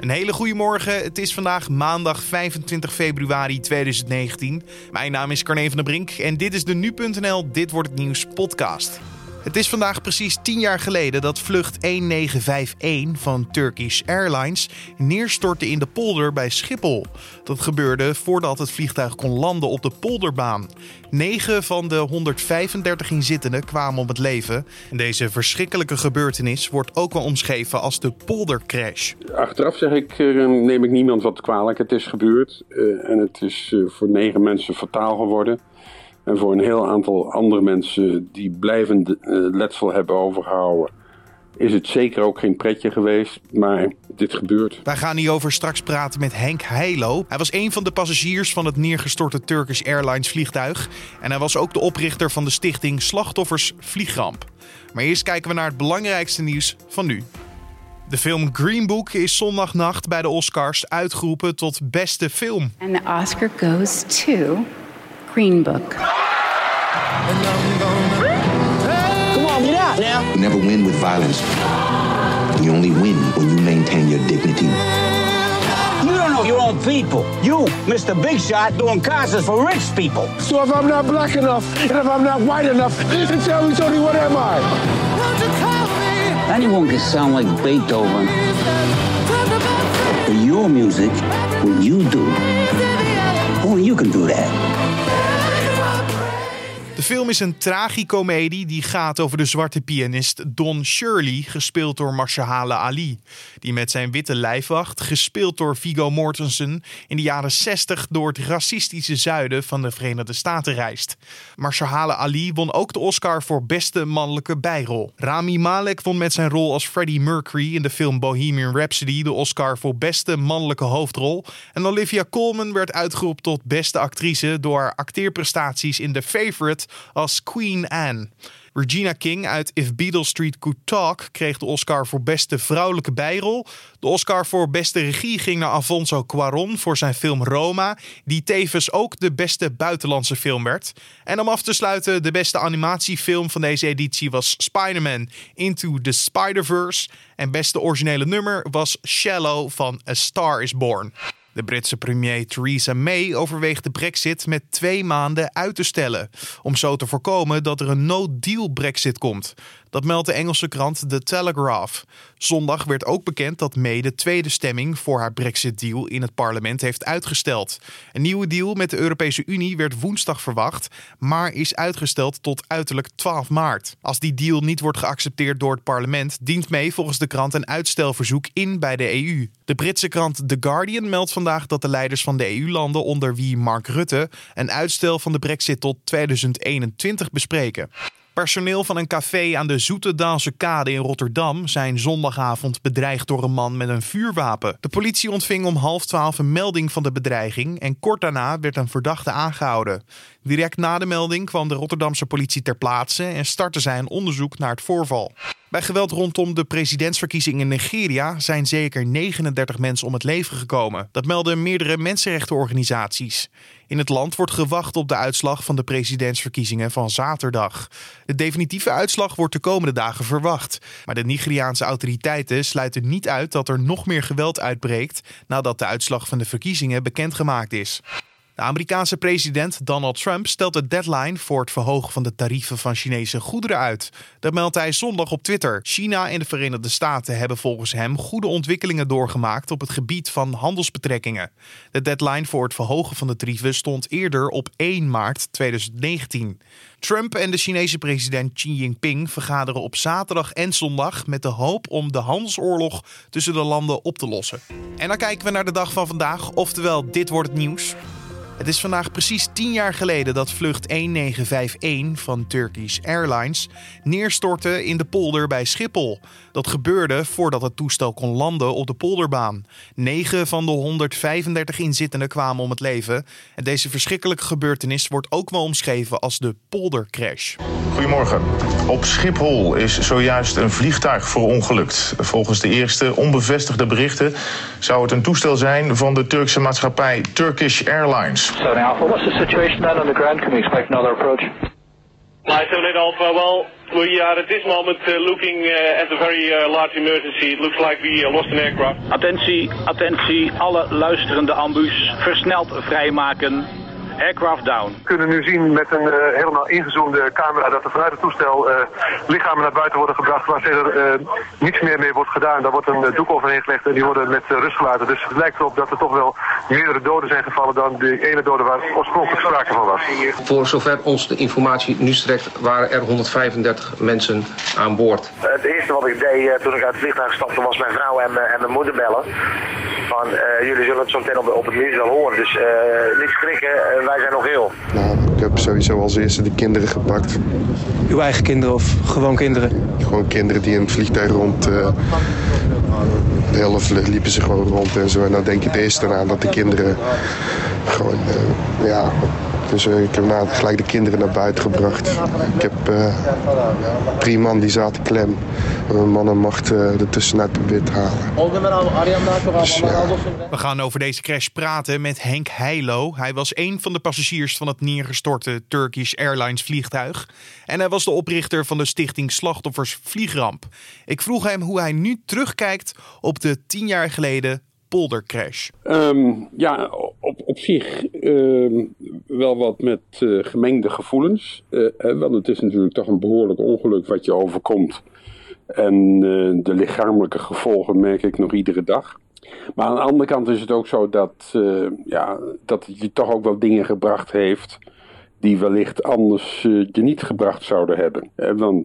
Een hele goede morgen. Het is vandaag maandag 25 februari 2019. Mijn naam is Carne van der Brink en dit is de Nu.nl Dit Wordt Het Nieuws podcast. Het is vandaag precies 10 jaar geleden dat vlucht 1951 van Turkish Airlines neerstortte in de polder bij Schiphol. Dat gebeurde voordat het vliegtuig kon landen op de polderbaan. 9 van de 135 inzittenden kwamen om het leven. En deze verschrikkelijke gebeurtenis wordt ook wel omschreven als de poldercrash. Achteraf neem ik niemand wat kwalijk. Het is gebeurd en het is voor 9 mensen fataal geworden. En voor een heel aantal andere mensen die blijvend letsel hebben overgehouden, is het zeker ook geen pretje geweest, maar dit gebeurt. Wij gaan hierover straks praten met Henk Heilo. Hij was een van de passagiers van het neergestorte Turkish Airlines vliegtuig. En hij was ook de oprichter van de stichting Slachtoffers Vliegramp. Maar eerst kijken we naar het belangrijkste nieuws van nu. De film Green Book is zondagnacht bij de Oscars uitgeroepen tot beste film. And the Oscar goes to Green Book. Come on, get out now. You never win with violence. You only win when you maintain your dignity. You don't know your own people. You, Mr. Big Shot, doing concerts for rich people. So if I'm not black enough, and if I'm not white enough, then tell me, Tony, what am I? Anyone can sound like Beethoven. But your music, what you do, only you can do that. De film is een tragicomedie die gaat over de zwarte pianist Don Shirley, gespeeld door Mahershala Ali. Die met zijn witte lijfwacht, gespeeld door Viggo Mortensen, in de jaren 60 door het racistische zuiden van de Verenigde Staten reist. Mahershala Ali won ook de Oscar voor beste mannelijke bijrol. Rami Malek won met zijn rol als Freddie Mercury in de film Bohemian Rhapsody de Oscar voor beste mannelijke hoofdrol. En Olivia Colman werd uitgeroepen tot beste actrice door haar acteerprestaties in The Favourite als Queen Anne. Regina King uit If Beale Street Could Talk kreeg de Oscar voor beste vrouwelijke bijrol. De Oscar voor beste regie ging naar Alfonso Cuarón voor zijn film Roma, die tevens ook de beste buitenlandse film werd. En om af te sluiten, de beste animatiefilm van deze editie was Spider-Man Into the Spider-Verse. En beste originele nummer was Shallow van A Star Is Born. De Britse premier Theresa May overweegt de Brexit met 2 maanden uit te stellen, om zo te voorkomen dat er een no-deal Brexit komt. Dat meldt de Engelse krant The Telegraph. Zondag werd ook bekend dat May de tweede stemming voor haar Brexit-deal in het parlement heeft uitgesteld. Een nieuwe deal met de Europese Unie werd woensdag verwacht, maar is uitgesteld tot uiterlijk 12 maart. Als die deal niet wordt geaccepteerd door het parlement, dient May volgens de krant een uitstelverzoek in bij de EU. De Britse krant The Guardian meldt vandaag dat de leiders van de EU-landen, onder wie Mark Rutte, een uitstel van de Brexit tot 2021 bespreken. Personeel van een café aan de Zoete Daalse Kade in Rotterdam zijn zondagavond bedreigd door een man met een vuurwapen. De politie ontving om 11:30 een melding van de bedreiging en kort daarna werd een verdachte aangehouden. Direct na de melding kwam de Rotterdamse politie ter plaatse en startte zij een onderzoek naar het voorval. Bij geweld rondom de presidentsverkiezingen in Nigeria zijn zeker 39 mensen om het leven gekomen. Dat melden meerdere mensenrechtenorganisaties. In het land wordt gewacht op de uitslag van de presidentsverkiezingen van zaterdag. De definitieve uitslag wordt de komende dagen verwacht. Maar de Nigeriaanse autoriteiten sluiten niet uit dat er nog meer geweld uitbreekt nadat de uitslag van de verkiezingen bekendgemaakt is. De Amerikaanse president Donald Trump stelt de deadline voor het verhogen van de tarieven van Chinese goederen uit. Dat meldt hij zondag op Twitter. China en de Verenigde Staten hebben volgens hem goede ontwikkelingen doorgemaakt op het gebied van handelsbetrekkingen. De deadline voor het verhogen van de tarieven stond eerder op 1 maart 2019. Trump en de Chinese president Xi Jinping vergaderen op zaterdag en zondag met de hoop om de handelsoorlog tussen de landen op te lossen. En dan kijken we naar de dag van vandaag, oftewel dit wordt het nieuws. Het is vandaag precies 10 jaar geleden dat vlucht 1951 van Turkish Airlines neerstortte in de polder bij Schiphol. Dat gebeurde voordat het toestel kon landen op de polderbaan. 9 van de 135 inzittenden kwamen om het leven. En deze verschrikkelijke gebeurtenis wordt ook wel omschreven als de poldercrash. Goedemorgen. Op Schiphol is zojuist een vliegtuig verongelukt. Volgens de eerste onbevestigde berichten zou het een toestel zijn van de Turkse maatschappij Turkish Airlines. Alpha, what's the situation then on the ground? Can we expect another approach? Flight 78 Alpha, well, We are at this moment looking at a very large emergency. It looks like we lost an aircraft. Attentie, attentie, alle luisterende ambu's versneld vrijmaken. Aircraft down. We kunnen nu zien met een helemaal ingezoomde camera dat er vanuit het toestel lichamen naar buiten worden gebracht waar verder niets meer mee wordt gedaan. Daar wordt een doek overheen gelegd en die worden met rust gelaten. Dus het lijkt erop dat er toch wel meerdere doden zijn gevallen dan de ene dode waar oorspronkelijk sprake van was. Voor zover ons de informatie nu strekt waren er 135 mensen aan boord. Het eerste wat ik deed toen ik uit het vliegtuig stapte was mijn vrouw en mijn moeder bellen. Van jullie zullen het zo meteen op het nieuws wel horen, dus niet schrikken. Wij zijn nog heel. Nou, ik heb sowieso als eerste de kinderen gepakt. Uw eigen kinderen of gewoon kinderen? Gewoon kinderen die in het vliegtuig rond... de helft liepen ze gewoon rond en zo. En dan denk je het eerst aan dat de kinderen gewoon... Dus ik heb gelijk de kinderen naar buiten gebracht. Ik heb 3 man die zaten klem. Een man en macht ertussenuit probeert te halen. Dus, We gaan over deze crash praten met Henk Heilo. Hij was een van de passagiers van het neergestorte Turkish Airlines vliegtuig. En hij was de oprichter van de stichting Slachtoffers Vliegramp. Ik vroeg hem hoe hij nu terugkijkt op de 10 jaar geleden poldercrash. Op zich wel wat met gemengde gevoelens. Want het is natuurlijk toch een behoorlijk ongeluk wat je overkomt. En de lichamelijke gevolgen merk ik nog iedere dag. Maar aan de andere kant is het ook zo dat het je toch ook wel dingen gebracht heeft die wellicht anders je niet gebracht zouden hebben. Want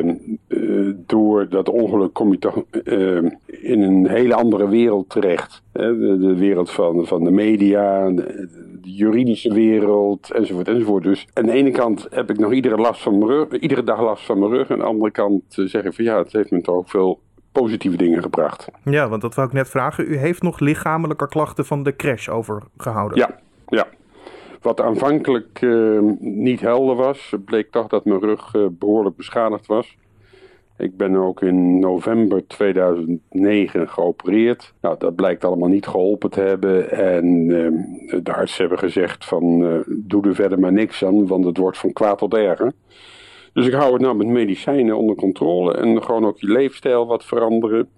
door dat ongeluk kom je toch in een hele andere wereld terecht. De wereld van de media, de juridische wereld, enzovoort, enzovoort. Dus aan de ene kant heb ik nog iedere dag last van mijn rug. En aan de andere kant zeg ik van het heeft me toch ook veel positieve dingen gebracht. Ja, want dat wou ik net vragen. U heeft nog lichamelijke klachten van de crash overgehouden. Ja. Wat aanvankelijk niet helder was, bleek toch dat mijn rug behoorlijk beschadigd was. Ik ben ook in november 2009 geopereerd. Nou, dat blijkt allemaal niet geholpen te hebben. En de artsen hebben gezegd van doe er verder maar niks aan, want het wordt van kwaad tot erger. Dus ik hou het nou met medicijnen onder controle en gewoon ook je leefstijl wat veranderen.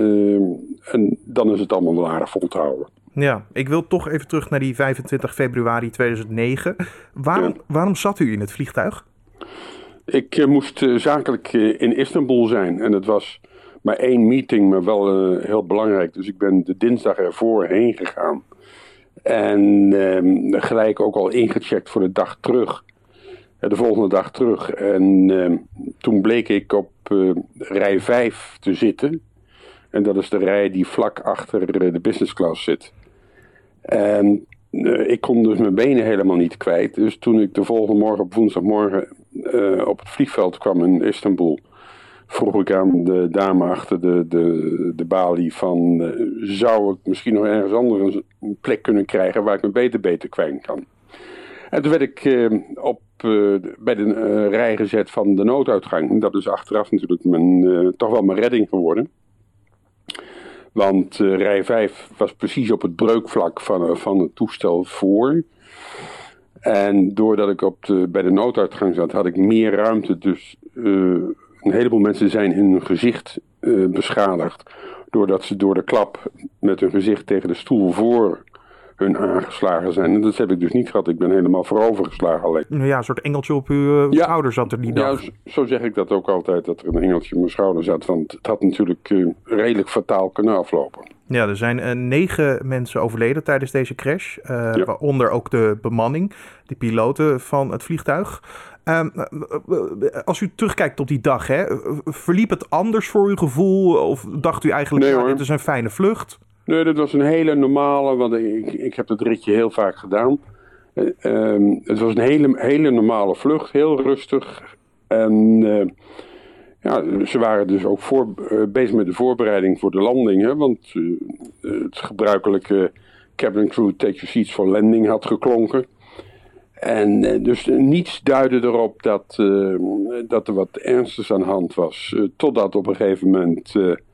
En dan is het allemaal wel aardig vol te houden. Ja, ik wil toch even terug naar die 25 februari 2009. Waarom zat u in het vliegtuig? Ik moest zakelijk in Istanbul zijn. En het was maar 1 meeting, maar wel heel belangrijk. Dus ik ben de dinsdag ervoor heen gegaan. En gelijk ook al ingecheckt voor de dag terug. De volgende dag terug. En toen bleek ik op rij 5 te zitten. En dat is de rij die vlak achter de business class zit. En ik kon dus mijn benen helemaal niet kwijt. Dus toen ik de volgende morgen op woensdagmorgen op het vliegveld kwam in Istanbul, vroeg ik aan de dame achter de balie van zou ik misschien nog ergens anders een plek kunnen krijgen waar ik me beter kwijt kan. En toen werd ik bij de rij gezet van de nooduitgang. Dat is achteraf natuurlijk toch wel mijn redding geworden. Want rij 5 was precies op het breukvlak van het toestel voor. En doordat ik bij de nooduitgang zat, had ik meer ruimte. Dus een heleboel mensen zijn in hun gezicht beschadigd. Doordat ze door de klap met hun gezicht tegen de stoel voor hun aangeslagen zijn. En dat heb ik dus niet gehad. Ik ben helemaal voorovergeslagen alleen. Ja, een soort engeltje op uw schouder zat er die dag. Ja, zo zeg ik dat ook altijd, dat er een engeltje op mijn schouder zat. Want het had natuurlijk redelijk fataal kunnen aflopen. Ja, er zijn 9 mensen overleden tijdens deze crash. Waaronder ook de bemanning, de piloten van het vliegtuig. Als u terugkijkt op die dag, verliep het anders voor uw gevoel? Of dacht u eigenlijk, dit is een fijne vlucht? Nee, dat was een hele normale, want ik heb dat ritje heel vaak gedaan. Het was een hele normale vlucht, heel rustig. En ze waren dus ook bezig met de voorbereiding voor de landing. Hè, want het gebruikelijke cabin crew take your seats for landing had geklonken. En dus niets duidde erop dat er wat ernstigs aan de hand was. Totdat op een gegeven moment...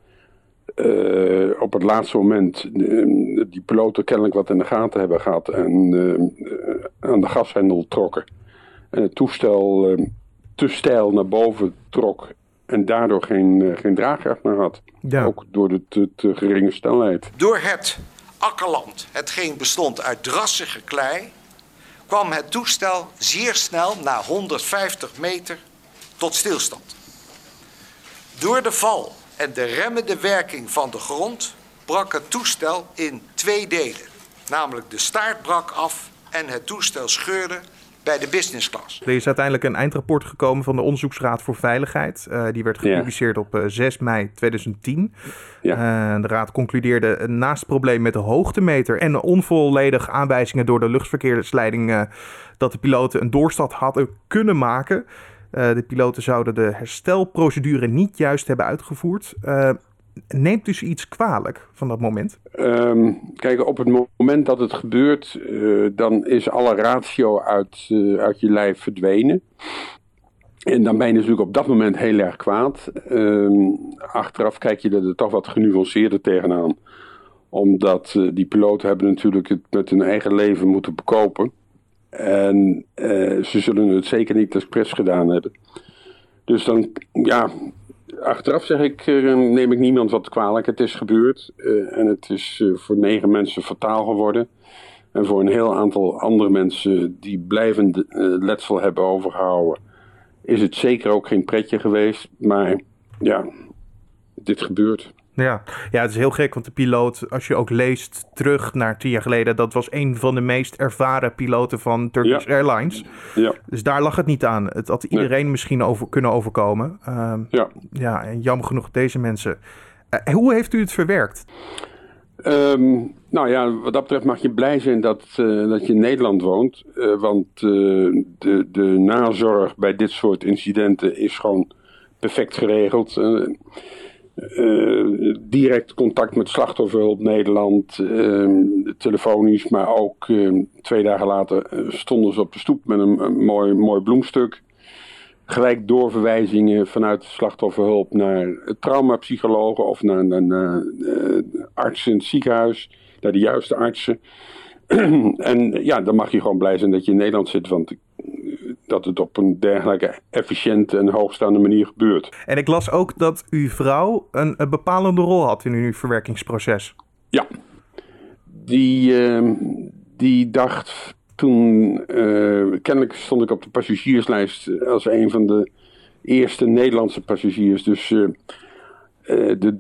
op het laatste moment die piloten kennelijk wat in de gaten hebben gehad en aan de gashendel trokken. En het toestel te steil naar boven trok en daardoor geen draagkracht meer had. Ja. Ook door de te geringe snelheid. Door het akkerland, hetgeen bestond uit drassige klei, kwam het toestel zeer snel na 150 meter tot stilstand. Door de val en de remmende werking van de grond brak het toestel in 2 delen. Namelijk de staart brak af en het toestel scheurde bij de business class. Er is uiteindelijk een eindrapport gekomen van de Onderzoeksraad voor Veiligheid. Die werd gepubliceerd op 6 mei 2010. Ja. De raad concludeerde naast het probleem met de hoogtemeter en onvolledige aanwijzingen door de luchtverkeersleiding dat de piloten een doorstart hadden kunnen maken. De piloten zouden de herstelprocedure niet juist hebben uitgevoerd. Neemt dus iets kwalijk van dat moment? Kijk, op het moment dat het gebeurt, dan is alle ratio uit je lijf verdwenen. En dan ben je natuurlijk op dat moment heel erg kwaad. Achteraf kijk je er toch wat genuanceerder tegenaan. Omdat die piloten hebben natuurlijk het met hun eigen leven moeten bekopen. En ze zullen het zeker niet expres gedaan hebben. Dus dan, ja, achteraf zeg ik, neem ik niemand wat kwalijk. Het is gebeurd en het is voor 9 mensen fataal geworden. En voor een heel aantal andere mensen die blijvend letsel hebben overgehouden, is het zeker ook geen pretje geweest. Maar ja, dit gebeurt. Ja, het is heel gek, want de piloot, als je ook leest terug naar 10 jaar geleden, dat was een van de meest ervaren piloten van Turkish Airlines. Ja. Dus daar lag het niet aan. Het had iedereen misschien kunnen overkomen. Ja, en jammer genoeg deze mensen. Hoe heeft u het verwerkt? Nou ja, wat dat betreft mag je blij zijn dat je in Nederland woont. Want de nazorg bij dit soort incidenten is gewoon perfect geregeld. Direct contact met Slachtofferhulp Nederland, telefonisch, maar ook 2 dagen later stonden ze op de stoep met een mooi bloemstuk. Gelijk doorverwijzingen vanuit de Slachtofferhulp naar traumapsychologen of naar artsen in het ziekenhuis, naar de juiste artsen. En ja, dan mag je gewoon blij zijn dat je in Nederland zit, want dat het op een dergelijke efficiënte en hoogstaande manier gebeurt. En ik las ook dat uw vrouw een bepalende rol had in uw verwerkingsproces. Ja, die dacht toen, kennelijk stond ik op de passagierslijst als een van de eerste Nederlandse passagiers. Dus de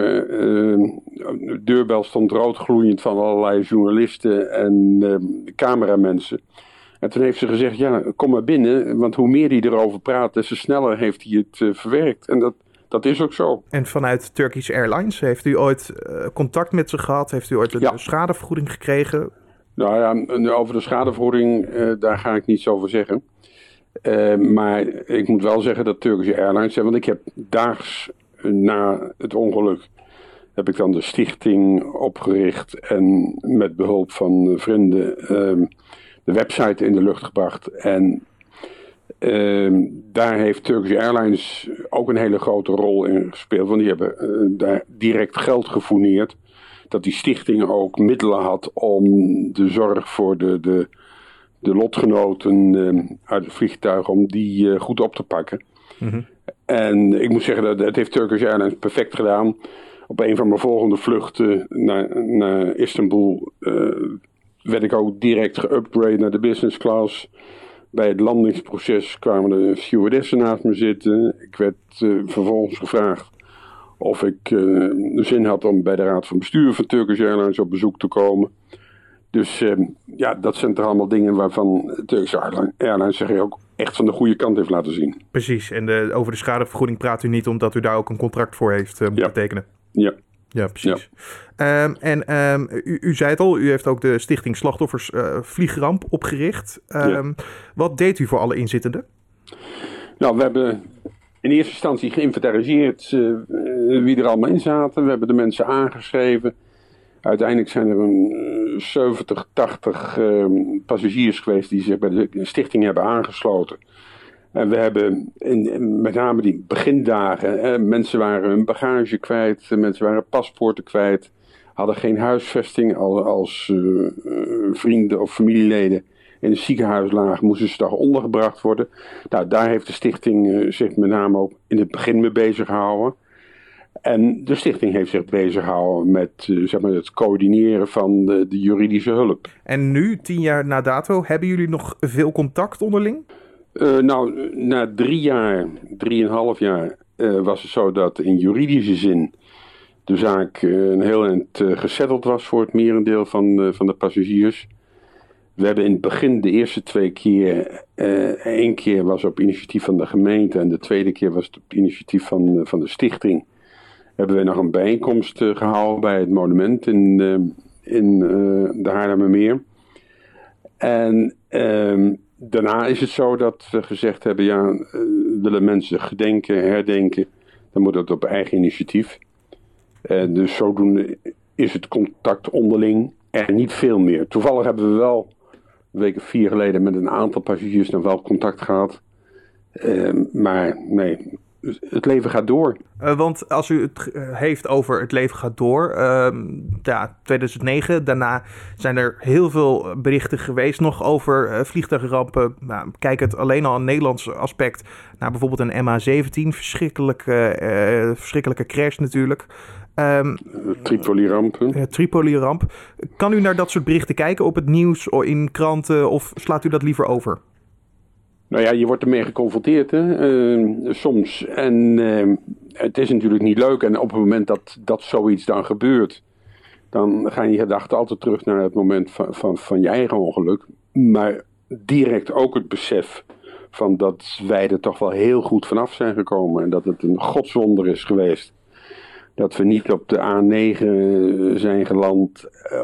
deurbel stond roodgloeiend van allerlei journalisten en cameramensen. En toen heeft ze gezegd, ja, kom maar binnen, want hoe meer hij erover praat, des te sneller heeft hij het verwerkt. En dat is ook zo. En vanuit Turkish Airlines, heeft u ooit contact met ze gehad? Heeft u ooit een schadevergoeding gekregen? Nou ja, over de schadevergoeding, daar ga ik niets over zeggen. Maar ik moet wel zeggen dat Turkish Airlines, want ik heb daags na het ongeluk, heb ik dan de stichting opgericht en met behulp van vrienden de website in de lucht gebracht. En daar heeft Turkish Airlines ook een hele grote rol in gespeeld. Want die hebben daar direct geld gefourneerd. Dat die stichting ook middelen had om de zorg voor de lotgenoten uit het vliegtuig, om die goed op te pakken. Mm-hmm. En ik moet zeggen, dat heeft Turkish Airlines perfect gedaan. Op een van mijn volgende vluchten naar Istanbul werd ik ook direct geupgrade naar de business class. Bij het landingsproces kwamen de stewardessen naast me zitten. Ik werd vervolgens gevraagd of ik zin had om bij de raad van bestuur van Turkish Airlines op bezoek te komen. Dus ja, dat zijn toch allemaal dingen waarvan Turkish Airlines zich ook echt van de goede kant heeft laten zien. Precies, en over de schadevergoeding praat u niet omdat u daar ook een contract voor heeft moeten tekenen. Ja, precies. Ja. U zei het al, u heeft ook de Stichting Slachtoffers Vliegramp opgericht. Wat deed u voor alle inzittenden? Nou, we hebben in eerste instantie geïnventariseerd wie er allemaal in zaten. We hebben de mensen aangeschreven. Uiteindelijk zijn er een 70, 80 passagiers geweest die zich bij de stichting hebben aangesloten. En we hebben met name die begindagen, mensen waren hun bagage kwijt, mensen waren paspoorten kwijt, hadden geen huisvesting als vrienden of familieleden, in het ziekenhuis lagen, moesten ze toch ondergebracht worden. Nou, daar heeft de stichting zich met name ook in het begin mee bezig gehouden. En de stichting heeft zich bezig gehouden met het coördineren van de juridische hulp. En nu, 10 jaar na dato, hebben jullie nog veel contact onderling? Na 3 jaar, 3,5 jaar, was het zo dat in juridische zin de zaak een heel eind gesetteld was voor het merendeel van de passagiers. We hebben in het begin de eerste 2 keer, 1 keer was op initiatief van de gemeente en de tweede keer was het op initiatief van de stichting. Hebben we nog een bijeenkomst gehouden bij het monument in de Haarlemmermeer. En daarna is het zo dat we gezegd hebben, willen mensen gedenken, herdenken, dan moet dat op eigen initiatief. Dus zodoende is het contact onderling er niet veel meer. Toevallig hebben we wel een week of 4 geleden met een aantal passagiers nog wel contact gehad. Maar nee, het leven gaat door. Want als u het heeft over het leven gaat door, 2009, daarna zijn er heel veel berichten geweest nog over vliegtuigrampen. Kijk het alleen al aan het Nederlandse aspect naar bijvoorbeeld een MH17, verschrikkelijke crash natuurlijk. Tripoli-ramp. Kan u naar dat soort berichten kijken op het nieuws, in kranten, of slaat u dat liever over? Nou ja, je wordt ermee geconfronteerd soms. En het is natuurlijk niet leuk. En op het moment dat zoiets dan gebeurt, dan gaan je gedachten altijd terug naar het moment van je eigen ongeluk. Maar direct ook het besef van dat wij er toch wel heel goed vanaf zijn gekomen. En dat het een godswonder is geweest. Dat we niet op de A9 zijn geland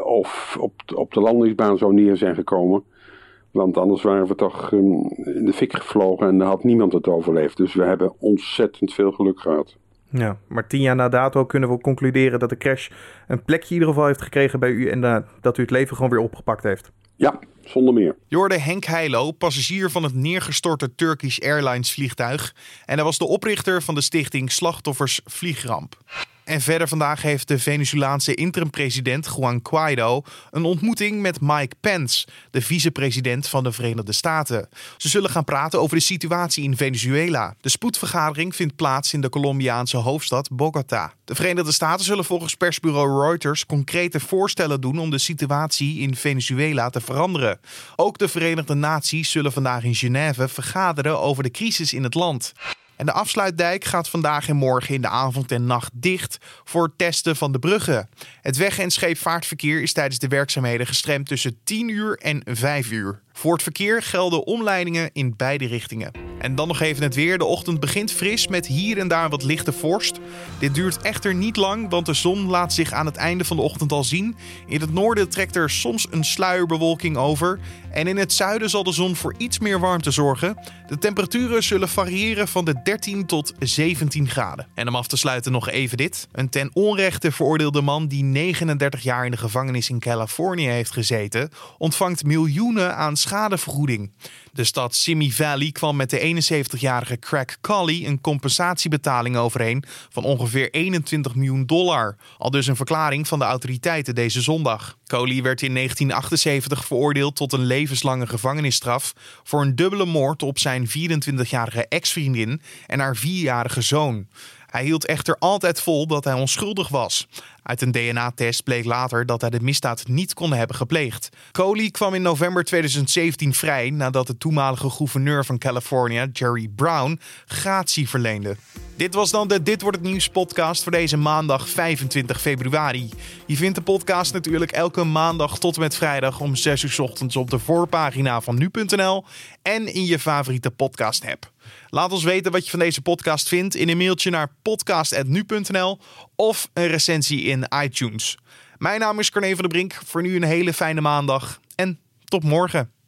of op de landingsbaan zo neer zijn gekomen. Want anders waren we toch in de fik gevlogen en dan had niemand het overleefd. Dus we hebben ontzettend veel geluk gehad. Ja, maar 10 jaar na dato kunnen we concluderen dat de crash een plekje in ieder geval heeft gekregen bij u en dat u het leven gewoon weer opgepakt heeft. Ja, zonder meer. Je hoorde Henk Heilo, passagier van het neergestorte Turkish Airlines vliegtuig. En hij was de oprichter van de stichting Slachtoffers Vliegramp. En verder vandaag heeft de Venezolaanse interim-president Juan Guaido een ontmoeting met Mike Pence, de vicepresident van de Verenigde Staten. Ze zullen gaan praten over de situatie in Venezuela. De spoedvergadering vindt plaats in de Colombiaanse hoofdstad Bogota. De Verenigde Staten zullen volgens persbureau Reuters concrete voorstellen doen om de situatie in Venezuela te veranderen. Ook de Verenigde Naties zullen vandaag in Genève vergaderen over de crisis in het land. En de afsluitdijk gaat vandaag en morgen in de avond en nacht dicht voor het testen van de bruggen. Het weg- en scheepvaartverkeer is tijdens de werkzaamheden gestremd tussen 10 uur en 5 uur. Voor het verkeer gelden omleidingen in beide richtingen. En dan nog even het weer. De ochtend begint fris met hier en daar wat lichte vorst. Dit duurt echter niet lang, want de zon laat zich aan het einde van de ochtend al zien. In het noorden trekt er soms een sluierbewolking over. En in het zuiden zal de zon voor iets meer warmte zorgen. De temperaturen zullen variëren van de 13 tot 17 graden. En om af te sluiten nog even dit. Een ten onrechte veroordeelde man die 39 jaar in de gevangenis in Californië heeft gezeten, ontvangt miljoenen aan schadevergoeding. De stad Simi Valley kwam met de 71-jarige Craig Colley een compensatiebetaling overeen van ongeveer $21 miljoen. Aldus een verklaring van de autoriteiten deze zondag. Colley werd in 1978 veroordeeld tot een levenslange gevangenisstraf voor een dubbele moord op zijn 24-jarige ex-vriendin en haar 4-jarige zoon. Hij hield echter altijd vol dat hij onschuldig was. Uit een DNA-test bleek later dat hij de misdaad niet kon hebben gepleegd. Colley kwam in november 2017 vrij nadat de toenmalige gouverneur van Californië, Jerry Brown, gratie verleende. Dit was dan de Dit Wordt Het Nieuws podcast voor deze maandag 25 februari. Je vindt de podcast natuurlijk elke maandag tot en met vrijdag om 6 uur 's ochtends op de voorpagina van nu.nl en in je favoriete podcast app. Laat ons weten wat je van deze podcast vindt in een mailtje naar podcast@nu.nl of een recensie in iTunes. Mijn naam is Corné van der Brink. Voor nu een hele fijne maandag en tot morgen.